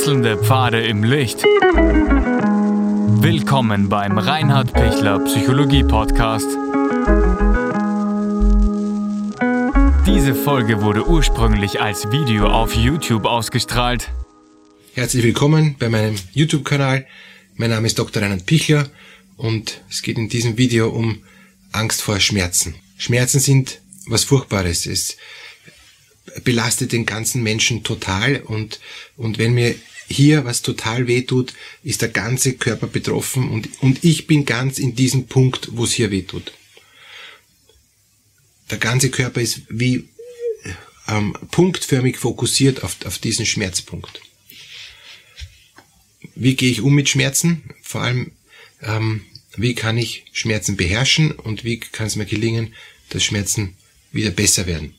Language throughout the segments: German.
Wechselnde Pfade im Licht. Willkommen beim Reinhard Pichler Psychologie Podcast. Diese Folge wurde ursprünglich als Video auf YouTube ausgestrahlt. Herzlich willkommen bei meinem YouTube-Kanal. Mein Name ist Dr. Reinhard Pichler und es geht in diesem Video um Angst vor Schmerzen. Schmerzen sind was Furchtbares. Es belastet den ganzen Menschen total und wenn mir hier was total wehtut, ist der ganze Körper betroffen und ich bin ganz in diesem Punkt, wo es hier wehtut. Der ganze Körper ist wie punktförmig fokussiert auf diesen Schmerzpunkt. Wie gehe ich um mit Schmerzen? Vor allem, wie kann ich Schmerzen beherrschen und wie kann es mir gelingen, dass Schmerzen wieder besser werden?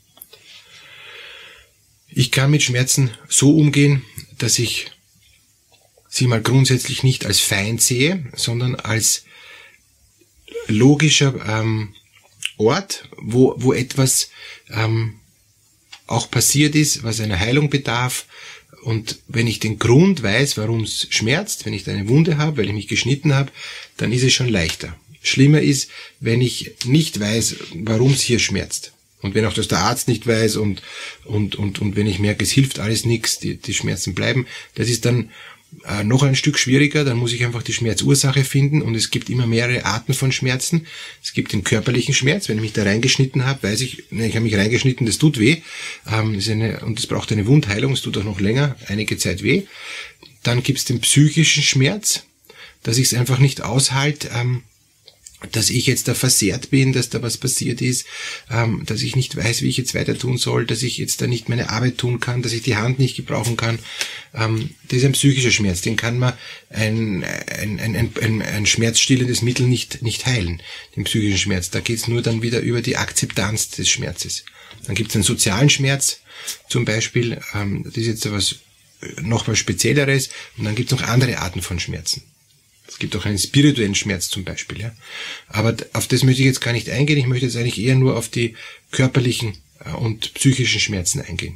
Ich kann mit Schmerzen so umgehen, dass ich sie mal grundsätzlich nicht als Feind sehe, sondern als logischer Ort, wo etwas auch passiert ist, was einer Heilung bedarf. Und wenn ich den Grund weiß, warum es schmerzt, wenn ich da eine Wunde habe, weil ich mich geschnitten habe, dann ist es schon leichter. Schlimmer ist, wenn ich nicht weiß, warum es hier schmerzt. Und wenn auch das der Arzt nicht weiß und wenn ich merke, es hilft alles nichts, die Schmerzen bleiben, das ist dann noch ein Stück schwieriger, dann muss ich einfach die Schmerzursache finden und es gibt immer mehrere Arten von Schmerzen. Es gibt den körperlichen Schmerz, wenn ich mich da reingeschnitten habe, weiß ich, ich habe mich reingeschnitten, das tut weh und es braucht eine Wundheilung, es tut auch noch länger, einige Zeit weh. Dann gibt es den psychischen Schmerz, dass ich es einfach nicht aushalte, dass ich jetzt da versehrt bin, dass da was passiert ist, dass ich nicht weiß, wie ich jetzt weiter tun soll, dass ich jetzt da nicht meine Arbeit tun kann, dass ich die Hand nicht gebrauchen kann. Das ist ein psychischer Schmerz, den kann man ein schmerzstillendes Mittel nicht heilen, den psychischen Schmerz. Da geht's nur dann wieder über die Akzeptanz des Schmerzes. Dann gibt's einen sozialen Schmerz zum Beispiel, das ist jetzt was noch was Spezielleres, und dann gibt's noch andere Arten von Schmerzen. Es gibt auch einen spirituellen Schmerz zum Beispiel, ja. Aber auf das möchte ich jetzt gar nicht eingehen. Ich möchte jetzt eigentlich eher nur auf die körperlichen und psychischen Schmerzen eingehen.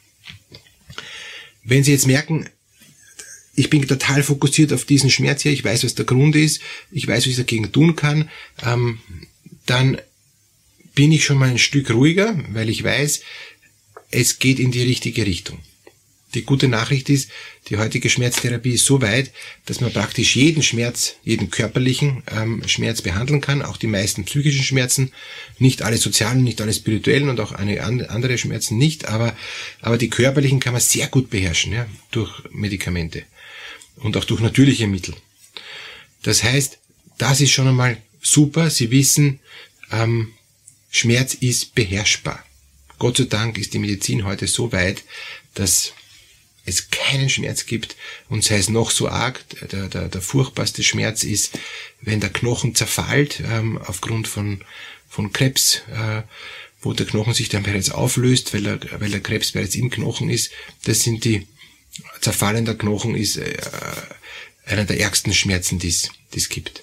Wenn Sie jetzt merken, ich bin total fokussiert auf diesen Schmerz hier, ich weiß, was der Grund ist, ich weiß, was ich dagegen tun kann, dann bin ich schon mal ein Stück ruhiger, weil ich weiß, es geht in die richtige Richtung. Die gute Nachricht ist, die heutige Schmerztherapie ist so weit, dass man praktisch jeden Schmerz, jeden körperlichen Schmerz behandeln kann, auch die meisten psychischen Schmerzen, nicht alle sozialen, nicht alle spirituellen und auch einige andere Schmerzen nicht, aber die körperlichen kann man sehr gut beherrschen, ja, durch Medikamente und auch durch natürliche Mittel. Das heißt, das ist schon einmal super. Sie wissen, Schmerz ist beherrschbar. Gott sei Dank ist die Medizin heute so weit, dass es keinen Schmerz gibt und sei es noch so arg, der furchtbarste Schmerz ist, wenn der Knochen zerfällt aufgrund von Krebs, wo der Knochen sich dann bereits auflöst, weil der Krebs bereits im Knochen ist. Das sind die zerfallender Knochen ist einer der ärgsten Schmerzen, die es gibt.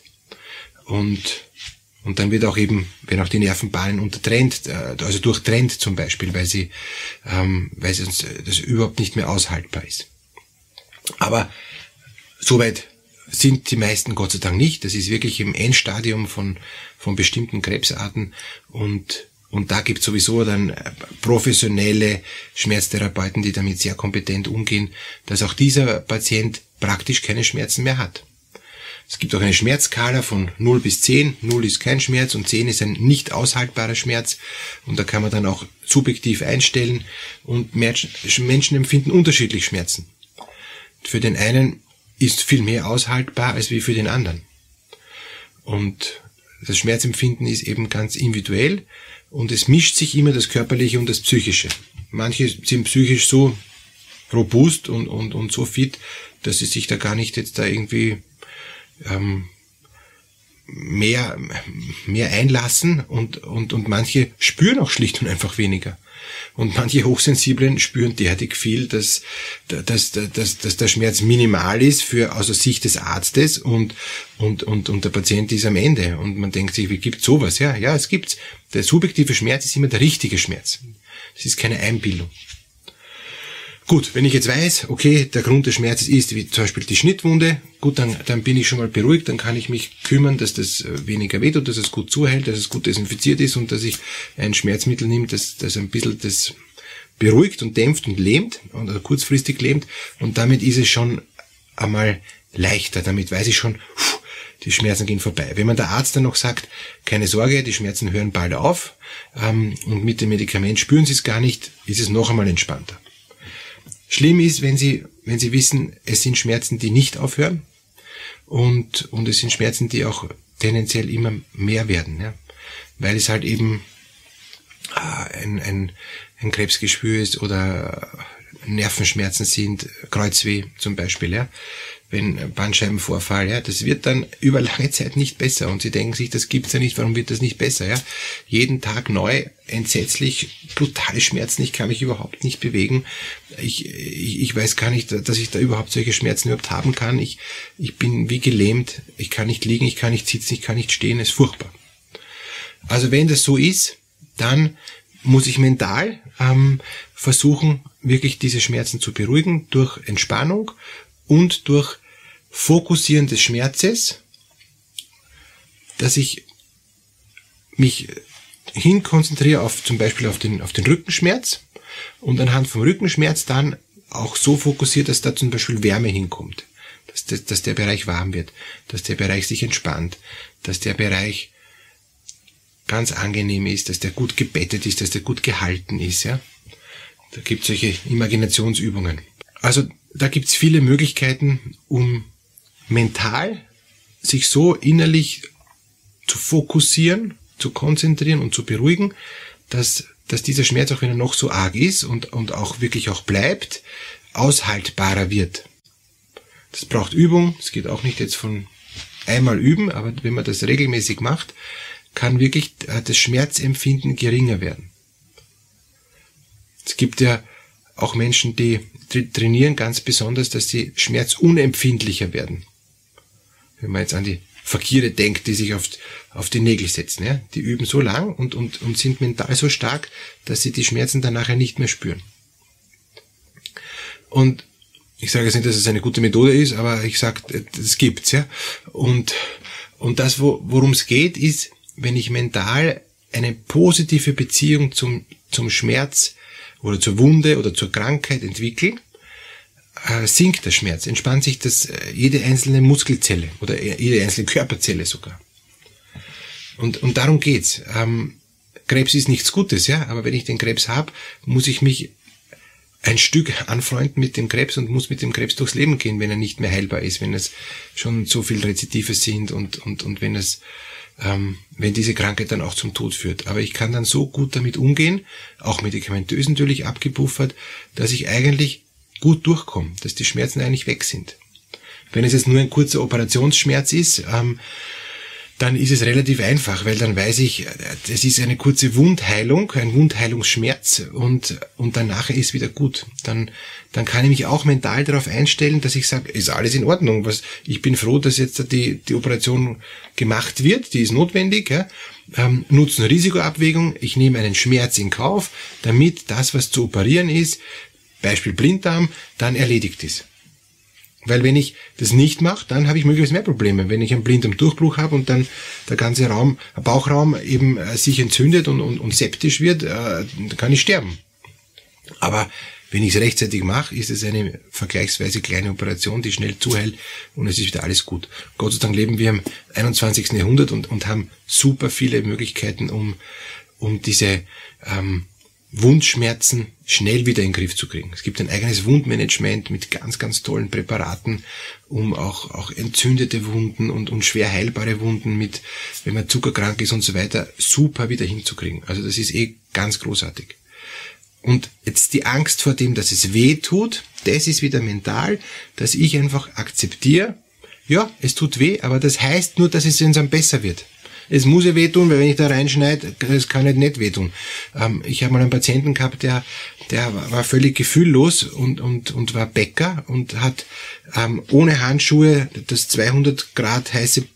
Und dann wird auch eben, wenn auch die Nervenbahnen untertrennt, also durchtrennt zum Beispiel, weil sonst das überhaupt nicht mehr aushaltbar ist. Aber soweit sind die meisten Gott sei Dank nicht. Das ist wirklich im Endstadium von bestimmten Krebsarten und da gibt es sowieso dann professionelle Schmerztherapeuten, die damit sehr kompetent umgehen, dass auch dieser Patient praktisch keine Schmerzen mehr hat. Es gibt auch eine Schmerzskala von 0 bis 10. 0 ist kein Schmerz und 10 ist ein nicht aushaltbarer Schmerz. Und da kann man dann auch subjektiv einstellen. Und Menschen empfinden unterschiedlich Schmerzen. Für den einen ist viel mehr aushaltbar als wie für den anderen. Und das Schmerzempfinden ist eben ganz individuell. Und es mischt sich immer das Körperliche und das Psychische. Manche sind psychisch so robust und so fit, dass sie sich da gar nicht jetzt da irgendwie mehr einlassen und manche spüren auch schlicht und einfach weniger. Und manche Hochsensiblen spüren derartig viel, dass der Schmerz minimal ist aus der Sicht des Arztes und der Patient ist am Ende. Und man denkt sich, wie gibt's sowas? Ja, es gibt's. Der subjektive Schmerz ist immer der richtige Schmerz. Es ist keine Einbildung. Gut, wenn ich jetzt weiß, okay, der Grund des Schmerzes ist, wie zum Beispiel die Schnittwunde, gut, dann bin ich schon mal beruhigt, dann kann ich mich kümmern, dass das weniger wehtut, dass es gut zuhält, dass es gut desinfiziert ist und dass ich ein Schmerzmittel nehme, das ein bisschen das beruhigt und dämpft und lähmt, oder kurzfristig lähmt, und damit ist es schon einmal leichter, damit weiß ich schon, die Schmerzen gehen vorbei. Wenn man der Arzt dann noch sagt, keine Sorge, die Schmerzen hören bald auf, und mit dem Medikament spüren Sie es gar nicht, ist es noch einmal entspannter. Schlimm ist, wenn Sie wissen, es sind Schmerzen, die nicht aufhören, und es sind Schmerzen, die auch tendenziell immer mehr werden, ja, weil es halt eben ein Krebsgeschwür ist oder Nervenschmerzen sind, Kreuzweh zum Beispiel, ja, wenn Bandscheibenvorfall, ja, das wird dann über lange Zeit nicht besser, und Sie denken sich, das gibt's ja nicht, warum wird das nicht besser, ja? Jeden Tag neu, entsetzlich, brutale Schmerzen, ich kann mich überhaupt nicht bewegen, ich weiß gar nicht, dass ich da überhaupt solche Schmerzen überhaupt haben kann, ich bin wie gelähmt, ich kann nicht liegen, ich kann nicht sitzen, ich kann nicht stehen, ist furchtbar. Also wenn das so ist, dann muss ich mental versuchen, wirklich diese Schmerzen zu beruhigen durch Entspannung und durch Fokussieren des Schmerzes, dass ich mich hinkonzentriere auf zum Beispiel auf den Rückenschmerz und anhand vom Rückenschmerz dann auch so fokussiert, dass da zum Beispiel Wärme hinkommt, dass der Bereich warm wird, dass der Bereich sich entspannt, dass der Bereich ganz angenehm ist, dass der gut gebettet ist, dass der gut gehalten ist, ja. Da gibt es solche Imaginationsübungen. Also da gibt es viele Möglichkeiten, um mental sich so innerlich zu fokussieren, zu konzentrieren und zu beruhigen, dass dieser Schmerz, auch wenn er noch so arg ist und auch wirklich auch bleibt, aushaltbarer wird. Das braucht Übung, das geht auch nicht jetzt von einmal üben, aber wenn man das regelmäßig macht, kann wirklich das Schmerzempfinden geringer werden. Es gibt ja auch Menschen, die trainieren ganz besonders, dass sie schmerzunempfindlicher werden. Wenn man jetzt an die Fakire denkt, die sich auf die Nägel setzen, ja, die üben so lang und sind mental so stark, dass sie die Schmerzen dann nachher nicht mehr spüren. Und ich sage jetzt nicht, dass es eine gute Methode ist, aber ich sage, das gibt's, ja. Und das, worum es geht, ist, wenn ich mental eine positive Beziehung zum Schmerz oder zur Wunde oder zur Krankheit entwickle, sinkt der Schmerz, entspannt sich jede einzelne Muskelzelle oder jede einzelne Körperzelle sogar. Und darum geht's. Krebs ist nichts Gutes, ja, aber wenn ich den Krebs habe, muss ich mich ein Stück anfreunden mit dem Krebs und muss mit dem Krebs durchs Leben gehen, wenn er nicht mehr heilbar ist, wenn es schon so viel Rezidive sind und wenn diese Krankheit dann auch zum Tod führt. Aber ich kann dann so gut damit umgehen, auch medikamentös natürlich abgepuffert, dass ich eigentlich gut durchkomme, dass die Schmerzen eigentlich weg sind. Wenn es jetzt nur ein kurzer Operationsschmerz ist, dann ist es relativ einfach, weil dann weiß ich, es ist eine kurze Wundheilung, ein Wundheilungsschmerz und danach ist wieder gut. Dann kann ich mich auch mental darauf einstellen, dass ich sage, ist alles in Ordnung. Ich bin froh, dass jetzt die Operation gemacht wird, die ist notwendig. Ja. Nutzen-Risiko-Abwägung, ich nehme einen Schmerz in Kauf, damit das, was zu operieren ist, Beispiel Blinddarm, dann erledigt ist. Weil wenn ich das nicht mache, dann habe ich möglicherweise mehr Probleme. Wenn ich einen Blinddarmdurchbruch habe und dann der ganze Bauchraum eben sich entzündet und septisch wird, dann kann ich sterben. Aber wenn ich es rechtzeitig mache, ist es eine vergleichsweise kleine Operation, die schnell zuhält und es ist wieder alles gut. Gott sei Dank leben wir im 21. Jahrhundert und haben super viele Möglichkeiten, um diese Wundschmerzen schnell wieder in den Griff zu kriegen. Es gibt ein eigenes Wundmanagement mit ganz, ganz tollen Präparaten, um auch entzündete Wunden und schwer heilbare Wunden mit, wenn man zuckerkrank ist und so weiter, super wieder hinzukriegen. Also das ist ganz großartig. Und jetzt die Angst vor dem, dass es weh tut, das ist wieder mental, dass ich einfach akzeptiere, ja, es tut weh, aber das heißt nur, dass es dann besser wird. Es muss ja wehtun, weil wenn ich da reinschneide, das kann nicht wehtun. Ich habe mal einen Patienten gehabt, der war völlig gefühllos und war Bäcker und hat ohne Handschuhe das 200 Grad heiße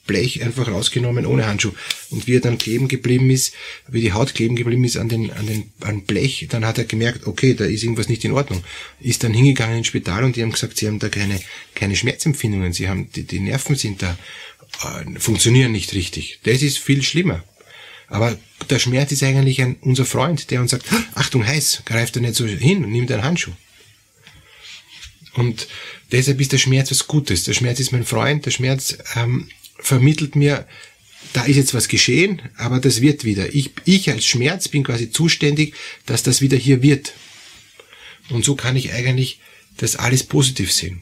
Blech einfach rausgenommen ohne Handschuh. Und wie er dann kleben geblieben ist, wie die Haut kleben geblieben ist an Blech, dann hat er gemerkt, okay, da ist irgendwas nicht in Ordnung. Ist dann hingegangen ins Spital und die haben gesagt, sie haben da keine Schmerzempfindungen, sie haben, die Nerven sind da, funktionieren nicht richtig. Das ist viel schlimmer. Aber der Schmerz ist eigentlich unser Freund, der uns sagt, Achtung, heiß, greif da nicht so hin und nimm deinen Handschuh. Und deshalb ist der Schmerz was Gutes. Der Schmerz ist mein Freund, der Schmerz vermittelt mir, da ist jetzt was geschehen, aber das wird wieder. Ich als Schmerz bin quasi zuständig, dass das wieder hier wird. Und so kann ich eigentlich das alles positiv sehen.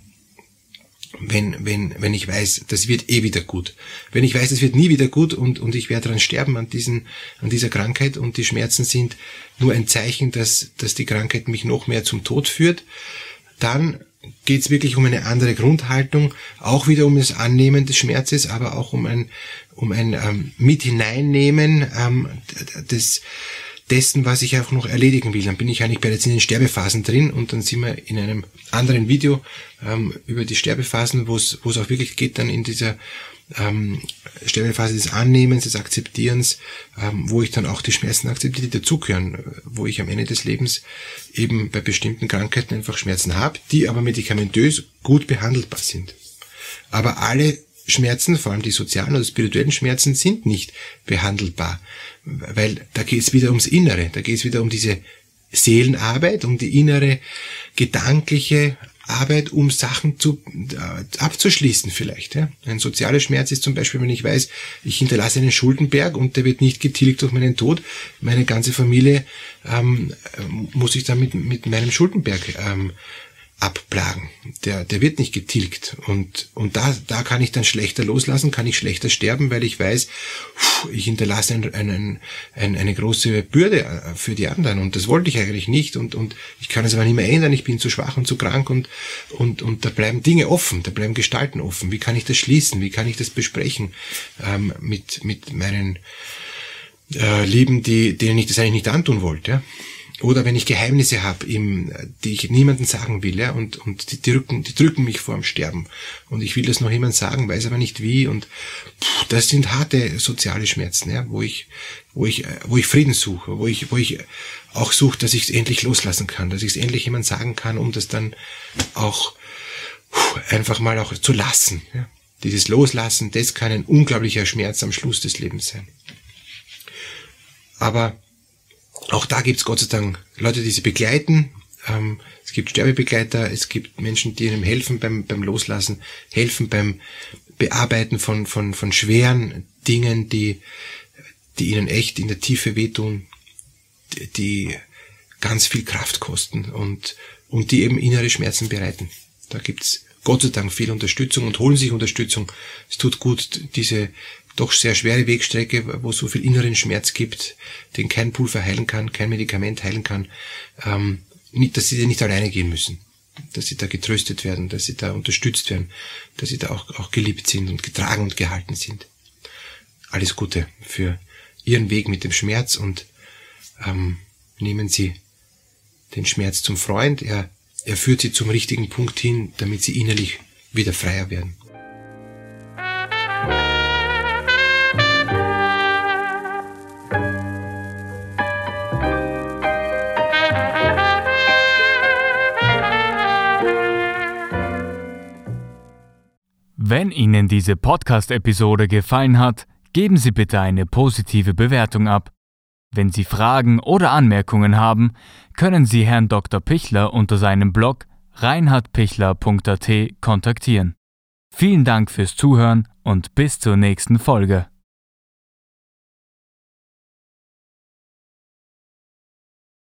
Wenn ich weiß, das wird eh wieder gut. Wenn ich weiß, es wird nie wieder gut und ich werde daran sterben an dieser Krankheit und die Schmerzen sind nur ein Zeichen, dass die Krankheit mich noch mehr zum Tod führt, dann geht's wirklich um eine andere Grundhaltung, auch wieder um das Annehmen des Schmerzes, aber auch um ein mit hineinnehmen dessen, was ich auch noch erledigen will. Dann bin ich eigentlich bereits in den Sterbephasen drin und dann sind wir in einem anderen Video über die Sterbephasen, wo es auch wirklich geht, dann in dieser Sterbephase des Annehmens, des Akzeptierens, wo ich dann auch die Schmerzen akzeptiere, die dazugehören, wo ich am Ende des Lebens eben bei bestimmten Krankheiten einfach Schmerzen habe, die aber medikamentös gut behandelbar sind. Aber alle Schmerzen, vor allem die sozialen oder spirituellen Schmerzen, sind nicht behandelbar, weil da geht es wieder ums Innere, da geht es wieder um diese Seelenarbeit, um die innere gedankliche Arbeit, um Sachen abzuschließen vielleicht. Ja. Ein sozialer Schmerz ist zum Beispiel, wenn ich weiß, ich hinterlasse einen Schuldenberg und der wird nicht getilgt durch meinen Tod. Meine ganze Familie muss ich dann mit meinem Schuldenberg abplagen. Der wird nicht getilgt. Und da kann ich dann schlechter loslassen, kann ich schlechter sterben, weil ich weiß, ich hinterlasse eine große Bürde für die anderen. Und das wollte ich eigentlich nicht. Und ich kann es aber nicht mehr ändern. Ich bin zu schwach und zu krank und da bleiben Dinge offen, da bleiben Gestalten offen. Wie kann ich das schließen? Wie kann ich das besprechen mit meinen Lieben, denen ich das eigentlich nicht antun wollte? Ja? Oder wenn ich Geheimnisse habe, die ich niemandem sagen will, ja, und die drücken mich vor dem Sterben. Und ich will das noch jemandem sagen, weiß aber nicht wie. Und das sind harte soziale Schmerzen, ja, wo ich Frieden suche, wo ich auch suche, dass ich es endlich loslassen kann, dass ich es endlich jemandem sagen kann, um das dann auch einfach mal auch zu lassen. Ja. Dieses Loslassen, das kann ein unglaublicher Schmerz am Schluss des Lebens sein. Aber auch da gibt's Gott sei Dank Leute, die sie begleiten. Es gibt Sterbebegleiter, es gibt Menschen, die ihnen helfen beim Loslassen, helfen beim Bearbeiten von schweren Dingen, die ihnen echt in der Tiefe wehtun, die ganz viel Kraft kosten und die eben innere Schmerzen bereiten. Da gibt's Gott sei Dank viel Unterstützung und holen sich Unterstützung. Es tut gut, diese doch sehr schwere Wegstrecke, wo es so viel inneren Schmerz gibt, den kein Pulver heilen kann, kein Medikament heilen kann, dass sie nicht alleine gehen müssen, dass sie da getröstet werden, dass sie da unterstützt werden, dass sie da auch geliebt sind und getragen und gehalten sind. Alles Gute für Ihren Weg mit dem Schmerz und nehmen Sie den Schmerz zum Freund. Er führt Sie zum richtigen Punkt hin, damit Sie innerlich wieder freier werden. Wenn Ihnen diese Podcast-Episode gefallen hat, geben Sie bitte eine positive Bewertung ab. Wenn Sie Fragen oder Anmerkungen haben, können Sie Herrn Dr. Pichler unter seinem Blog reinhardpichler.at kontaktieren. Vielen Dank fürs Zuhören und bis zur nächsten Folge.